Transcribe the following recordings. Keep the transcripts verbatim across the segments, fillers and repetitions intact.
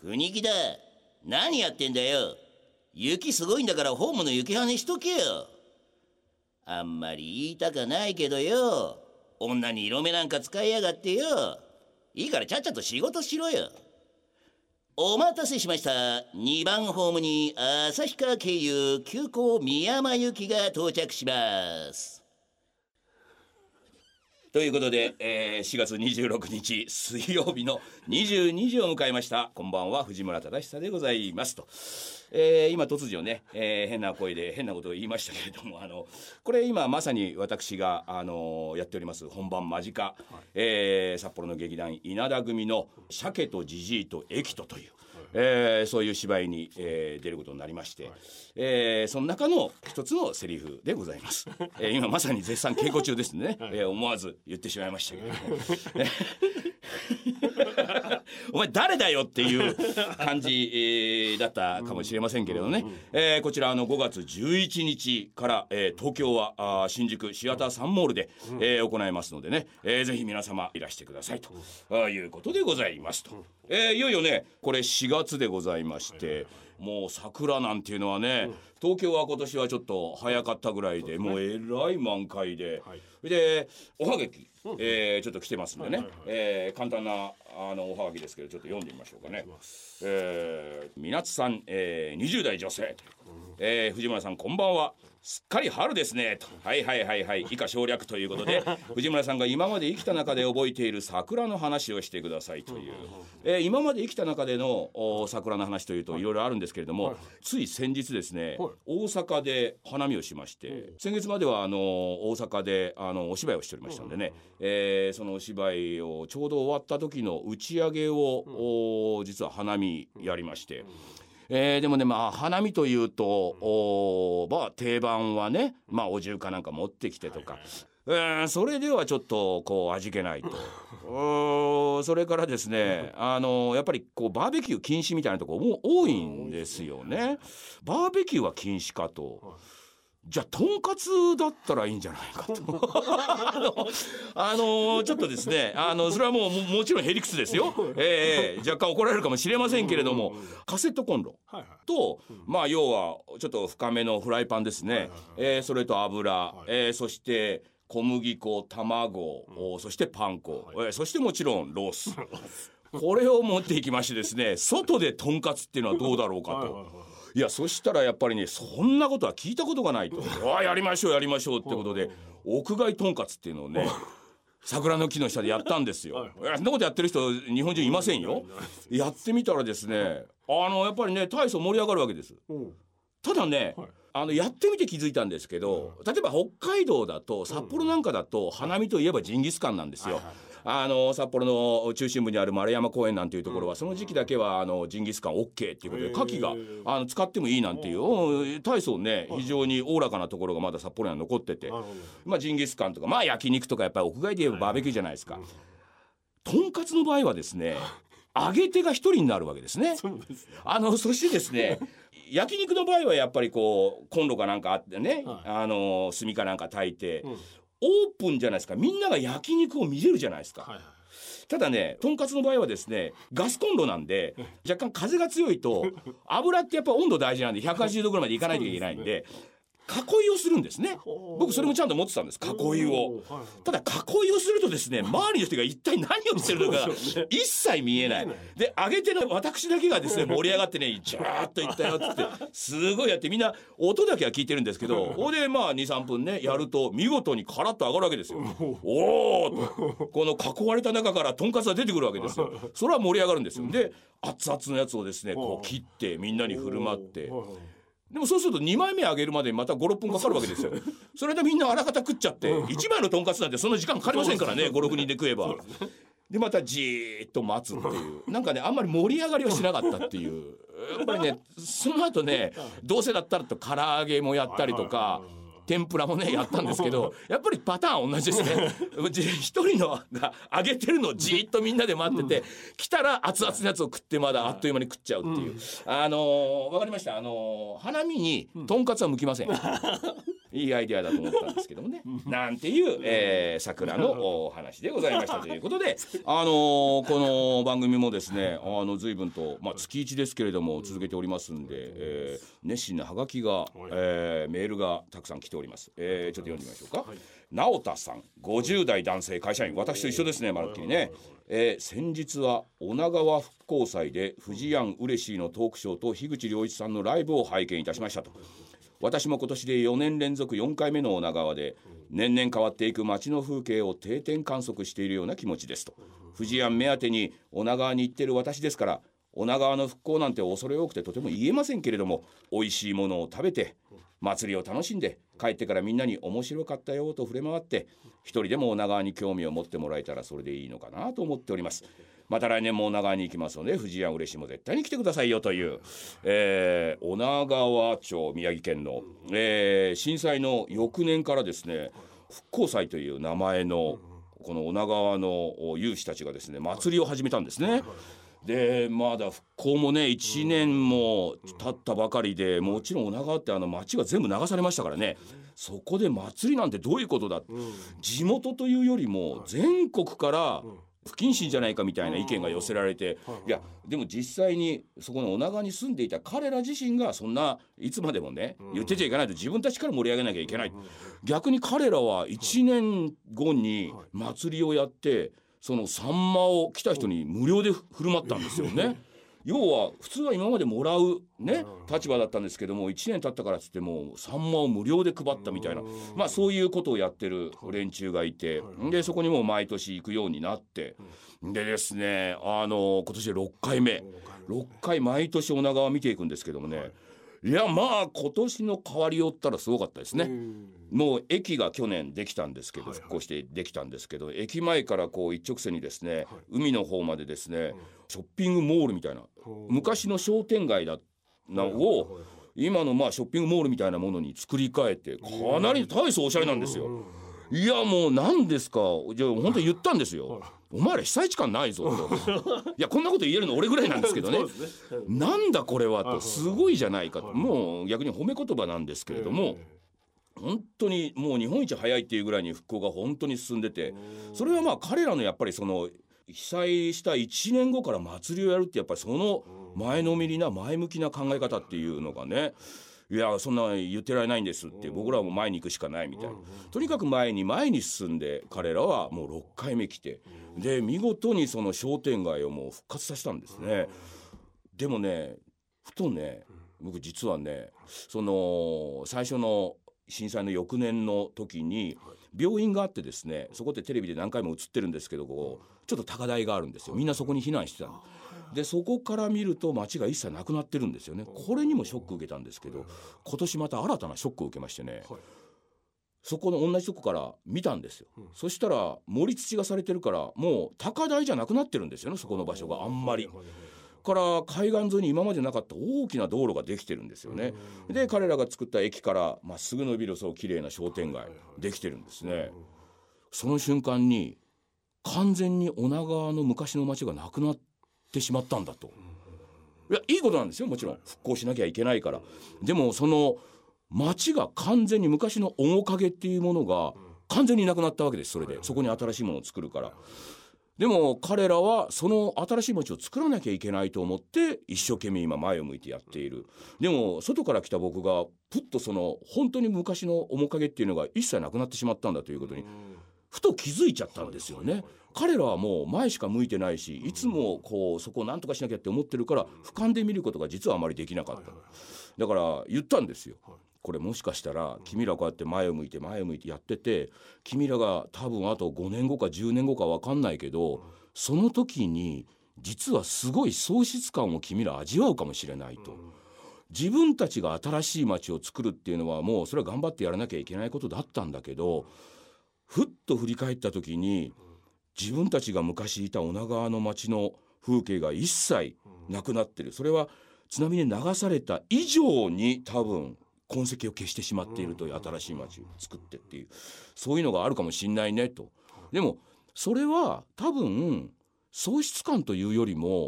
国木だ、何やってんだよ。雪すごいんだからホームの雪跳ねしとけよ。あんまり言いたかないけどよ、女に色目なんか使いやがってよ。いいからちゃっちゃと仕事しろよ。お待たせしました。にばんホームに旭川経由急行宮山行きが到着します。ということで、えー、しがつにじゅうろくにち水曜日のにじゅうにじを迎えました。こんばんは、藤村忠久でございますと、えー、今突如ね、えー、変な声で変なことを言いましたけれども、あのこれ今まさに私が、あのー、やっております本番間近、はい、えー、札幌の劇団稲田組の鮭とジジイとエキトという、えー、そういう芝居に、えー、出ることになりまして、はい、えー、その中の一つのセリフでございます、えー、今まさに絶賛稽古中ですね、はい、えー、思わず言ってしまいましたけどお前誰だよっていう感じ、えー、だったかもしれませんけれどね、えー、こちらのごがつじゅういちにちから、えー、東京はあ新宿シアターサンモールで、えー、行いますのでね、えー、ぜひ皆様いらしてくださいとあいうことでございますと、えー、いよいよねこれしがつでございまして、もう桜なんていうのはね、東京は今年はちょっと早かったぐらいで、もうえらい満開で、でおはがき、えー、ちょっと来てますんでね、えー、簡単なあのおはがきですけど、ちょっと読んでみましょうかね。えー、みなつさん、えー、にじゅうだい女性、えー、藤村さんこんばんは、すっかり春ですねと、はいはいはいはい、以下省略ということで藤村さんが今まで生きた中で覚えている桜の話をしてくださいという、えー、今まで生きた中での桜の話というといろいろあるんですけれども、つい先日ですね、大阪で花見をしまして、先月まではあの大阪であのお芝居をしておりましたんでね、えー、そのお芝居をちょうど終わった時の打ち上げを実は花見やりまして、えー、でもね、まあ花見というと、おまあ定番はね、まあお重かなんか持ってきてとか、えー、それではちょっとこう味気ないとおそれからですね、あのやっぱりこうバーベキュー禁止みたいなところも多いんですよね。バーベキューは禁止かと、じゃあとんかつだったらいいんじゃないかとあの、あのちょっとですね、あのそれはもう も, もちろんへりくつですよ、えー、若干怒られるかもしれませんけれども、カセットコンロと、まあ要はちょっと深めのフライパンですね、えー、それと油、えー、そして小麦粉、卵、うん、そしてパン粉、はい、えー、そしてもちろんロースこれを持っていきましてですね、外でとんかつっていうのはどうだろうかと、はいはいはい、いやそしたらやっぱりね、そんなことは聞いたことがないとあやりましょうやりましょうってことで、屋外とんかつっていうのをね桜の木の下でやったんですよ。いやそんなことやってる人日本中いませんよ。やってみたらですね、あのやっぱりね大層盛り上がるわけです。ただね、はい、あのやってみて気づいたんですけど、例えば北海道だと札幌なんかだと花見といえばジンギスカンなんですよ。あの札幌の中心部にある丸山公園なんていうところはその時期だけはあのジンギスカン OK っていうことで、牡蠣があの使ってもいいなんていう大層ね非常におおらかなところがまだ札幌には残ってて、まあジンギスカンとかまあ焼肉とかやっぱり屋外で言えばバーベキューじゃないですか。とんかつの場合はですね、揚げ手が一人になるわけですね。そうですね。あのそしてですね焼肉の場合はやっぱりこうコンロかなんかあってね、はい、あの炭かなんか炊いて、うん、オープンじゃないですか。みんなが焼肉を見れるじゃないですか、はいはい。ただねとんかつの場合はですねガスコンロなんで若干風が強いと油ってやっぱ温度大事なんでひゃくはちじゅうどぐらいまでいかないといけないんで囲いをするんですね。僕それもちゃんと持ってたんです、囲いを。ただ囲いをするとですね、周りの人が一体何をしてるのか一切見えない。で上げての私だけがですね盛り上がってねジャーッといったよってすごいやって、みんな音だけは聞いてるんですけど、ほんでまあ にさんぷんねやると見事にカラッと上がるわけですよ。おーとこの囲われた中からとんかつが出てくるわけですよ。それは盛り上がるんですよ。で熱々のやつをですねこう切ってみんなに振る舞って、でもそうするとにまいめ上げるまでにまたごろっぷんかかるわけですよ。それでみんなあらかた食っちゃっていちまいのとんかつなんてそんな時間かかりませんからね、ごろくにんで食えば。でまたじーっと待つっていうなんかねあんまり盛り上がりはしなかったっていう。やっぱりねその後ねどうせだったらと唐揚げもやったりとか天ぷらもねやったんですけど、やっぱりパターン同じですね。一人のが揚げてるのをじーっとみんなで待ってて、来たら熱々のやつを食ってまだあっという間に食っちゃうっていう、あのー、分かりました。あのー、花見にとんかつは向きません。いいいアイデアだと思ったんですけどもねなんていう、えー、桜のお話でございましたということで、あのー、この番組もですねあの随分と、まあ、月いちですけれども続けておりますんで、えー、熱心なハガキが、えー、メールがたくさん来ております、えー、ちょっと読んでみましょうか。直田さんごじゅう代男性会社員、私と一緒ですねまるっきりね。えー、先日は女川復興祭で藤やんうれしいのトークショーと樋口良一さんのライブを拝見いたしましたと。私も今年でよねん連続よんかいめの女川で年々変わっていく街の風景を定点観測しているような気持ちですと。藤やん目当てに女川に行っている私ですから女川の復興なんて恐れ多くてとても言えませんけれども、美味しいものを食べて祭りを楽しんで帰ってからみんなに面白かったよと触れ回って一人でも女川に興味を持ってもらえたらそれでいいのかなと思っております。また来年も女川に行きますので藤やんうれしいも絶対に来てくださいよという、えー、女川町宮城県の、えー、震災の翌年からですね復興祭という名前のこの女川の有志たちがですね祭りを始めたんですね。でまだ復興もねいちねんも経ったばかりで、もちろん女川ってあの町が全部流されましたからね、そこで祭りなんてどういうことだ、地元というよりも全国から不謹慎じゃないかみたいな意見が寄せられて、いやでも実際にそこの女川に住んでいた彼ら自身がそんないつまでもね言ってちゃいけないと自分たちから盛り上げなきゃいけない、逆に彼らはいちねんごに祭りをやってそのサンマを来た人に無料で振る舞ったんですよね。要は普通は今までもらうね立場だったんですけども、いちねん経ったからっつってもうサンマを無料で配ったみたいな、まあそういうことをやってる連中がいて、でそこにも毎年行くようになって、でですねあの今年でろっかいめろっかい毎年女川見ていくんですけどもね、いやまあ今年の変わりよったらすごかったですね。もう駅が去年できたんですけど、復興してできたんですけど、駅前からこう一直線にですね海の方までですねショッピングモールみたいな昔の商店街だなを今のまあショッピングモールみたいなものに作り変えて、かなり大層おしゃれなんですよ。いやもう何ですか、じゃあ本当に言ったんですよ、お前ら被災地感ないぞといやこんなこと言えるの俺ぐらいなんですけどねなんだこれはと、すごいじゃないかと、もう逆に褒め言葉なんですけれども、本当にもう日本一早いっていうぐらいに復興が本当に進んでて、それはまあ彼らのやっぱりその被災したいちねんごから祭りをやるってやっぱりその前のめりな前向きな考え方っていうのがね、いやそんな言ってられないんですって、僕らはもう前に行くしかないみたいな、とにかく前に前に進んで彼らはもうろっかいめ来て、で見事にその商店街をもう復活させたんですね。でもねふとね僕実はねその最初の震災の翌年の時に病院があってですね、そこってテレビで何回も映ってるんですけど、こうちょっと高台があるんですよ。みんなそこに避難してたので、そこから見ると街が一切なくなってるんですよね。これにもショック受けたんですけど、今年また新たなショックを受けましてね、そこの同じとこから見たんですよ。そしたら盛り土がされてるからもう高台じゃなくなってるんですよね、そこの場所があんまり。から海岸沿いに今までなかった大きな道路ができてるんですよね。で彼らが作った駅からまっすぐ伸びるそう綺麗な商店街できてるんですね。その瞬間に完全に女川の昔の街がなくなってしまったんだと。いやいいことなんですよ、もちろん復興しなきゃいけないから。でもその街が完全に昔の面影っていうものが完全になくなったわけです。それでそこに新しいものを作るから。でも彼らはその新しい街を作らなきゃいけないと思って一生懸命今前を向いてやっている。でも外から来た僕がプッとその本当に昔の面影っていうのが一切なくなってしまったんだということにふと気づいちゃったんですよね。彼らはもう前しか向いてないし、いつもこうそこを何とかしなきゃって思ってるから俯瞰で見ることが実はあまりできなかった。だから言ったんですよ、これもしかしたら君らこうやって前を向いて前を向いてやってて、君らが多分あとごねんごかじゅうねんごか分かんないけど、その時に実はすごい喪失感を君ら味わうかもしれないと。自分たちが新しい街を作るっていうのはもうそれは頑張ってやらなきゃいけないことだったんだけど、ふっと振り返った時に自分たちが昔いた女川の街の風景が一切なくなってる。それは津波で流された以上に多分痕跡を消してしまっているという、新しい街を作ってっていう、そういうのがあるかもしんないねと。でもそれは多分喪失感というよりも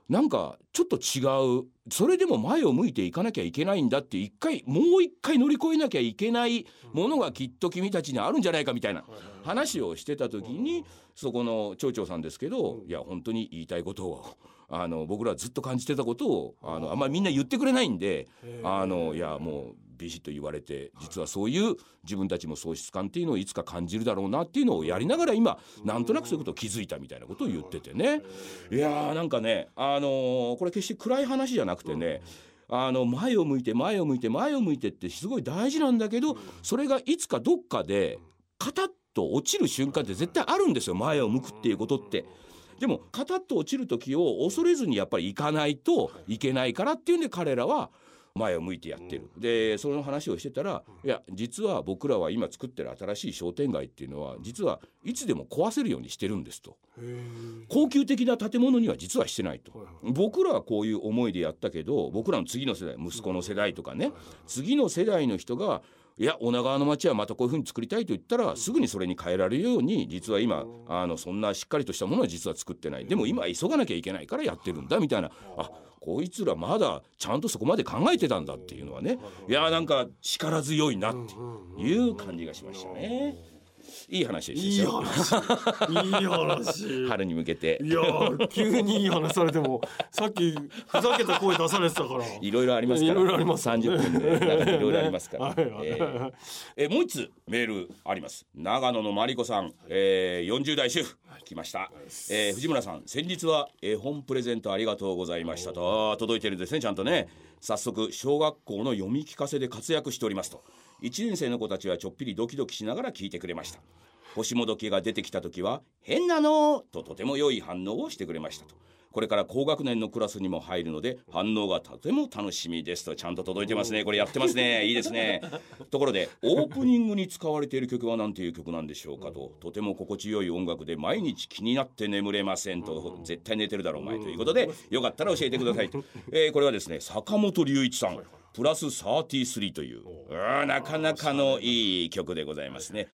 なんかちょっと違う、それでも前を向いていかなきゃいけないんだって一回もう一回乗り越えなきゃいけないものがきっと君たちにあるんじゃないかみたいな話をしてた時に、そこの町長さんですけど、いや本当に言いたいことをあの僕らずっと感じてたことをあのあんまりみんな言ってくれないんで、あのいやもうビシッと言われて、実はそういう自分たちも喪失感っていうのをいつか感じるだろうなっていうのをやりながら今なんとなくそういうことを気づいたみたいなことを言っててね。いやーなんかね、あのー、これ決して暗い話じゃなくてね、あの前を向いて前を向いて前を向いてってすごい大事なんだけど、それがいつかどっかでカタッと落ちる瞬間って絶対あるんですよ、前を向くっていうことって。でもカタッと落ちる時を恐れずにやっぱり行かないといけないからっていうんで、彼らは前を向いてやってる。でその話をしてたら、いや実は僕らは今作ってる新しい商店街っていうのは実はいつでも壊せるようにしてるんですと。高級的な建物には実はしてないと。僕らはこういう思いでやったけど、僕らの次の世代、息子の世代とかね、次の世代の人がいや女川の町はまたこういう風に作りたいと言ったらすぐにそれに変えられるように、実は今あのそんなしっかりとしたものは実は作ってない、でも今急がなきゃいけないからやってるんだみたいな、あこいつらまだちゃんとそこまで考えてたんだっていうのはね、いやなんか力強いなっていう感じがしましたね。いい話でした。 いい話いい話春に向けて。 いや急にいい話されてもさっきふざけた声出されてたからいろいろありますから、 いろいろありますさんじゅっぷんでいろいろありますから、 はいはいえーえーもう一つメールあります。長野のマリコさん、えー、よんじゅう代主婦来ました、えー、藤村さん先日は絵本プレゼントありがとうございましたと。届いてるんですねちゃんとね。早速小学校の読み聞かせで活躍しておりますと。いちねん生の子たちはちょっぴりドキドキしながら聞いてくれました。星もどきが出てきた時は変なのととても良い反応をしてくれましたと。これから高学年のクラスにも入るので反応がとても楽しみですと。ちゃんと届いてますね。これやってますね。いいですね。ところでオープニングに使われている曲は何ていう曲なんでしょうかと。とても心地よい音楽で毎日気になって眠れませんと。絶対寝てるだろうお前ということで、よかったら教えてくださいと、えー、これはですね坂本龍一さんプラスさんじゅうさんというなかなかのいい曲でございますね。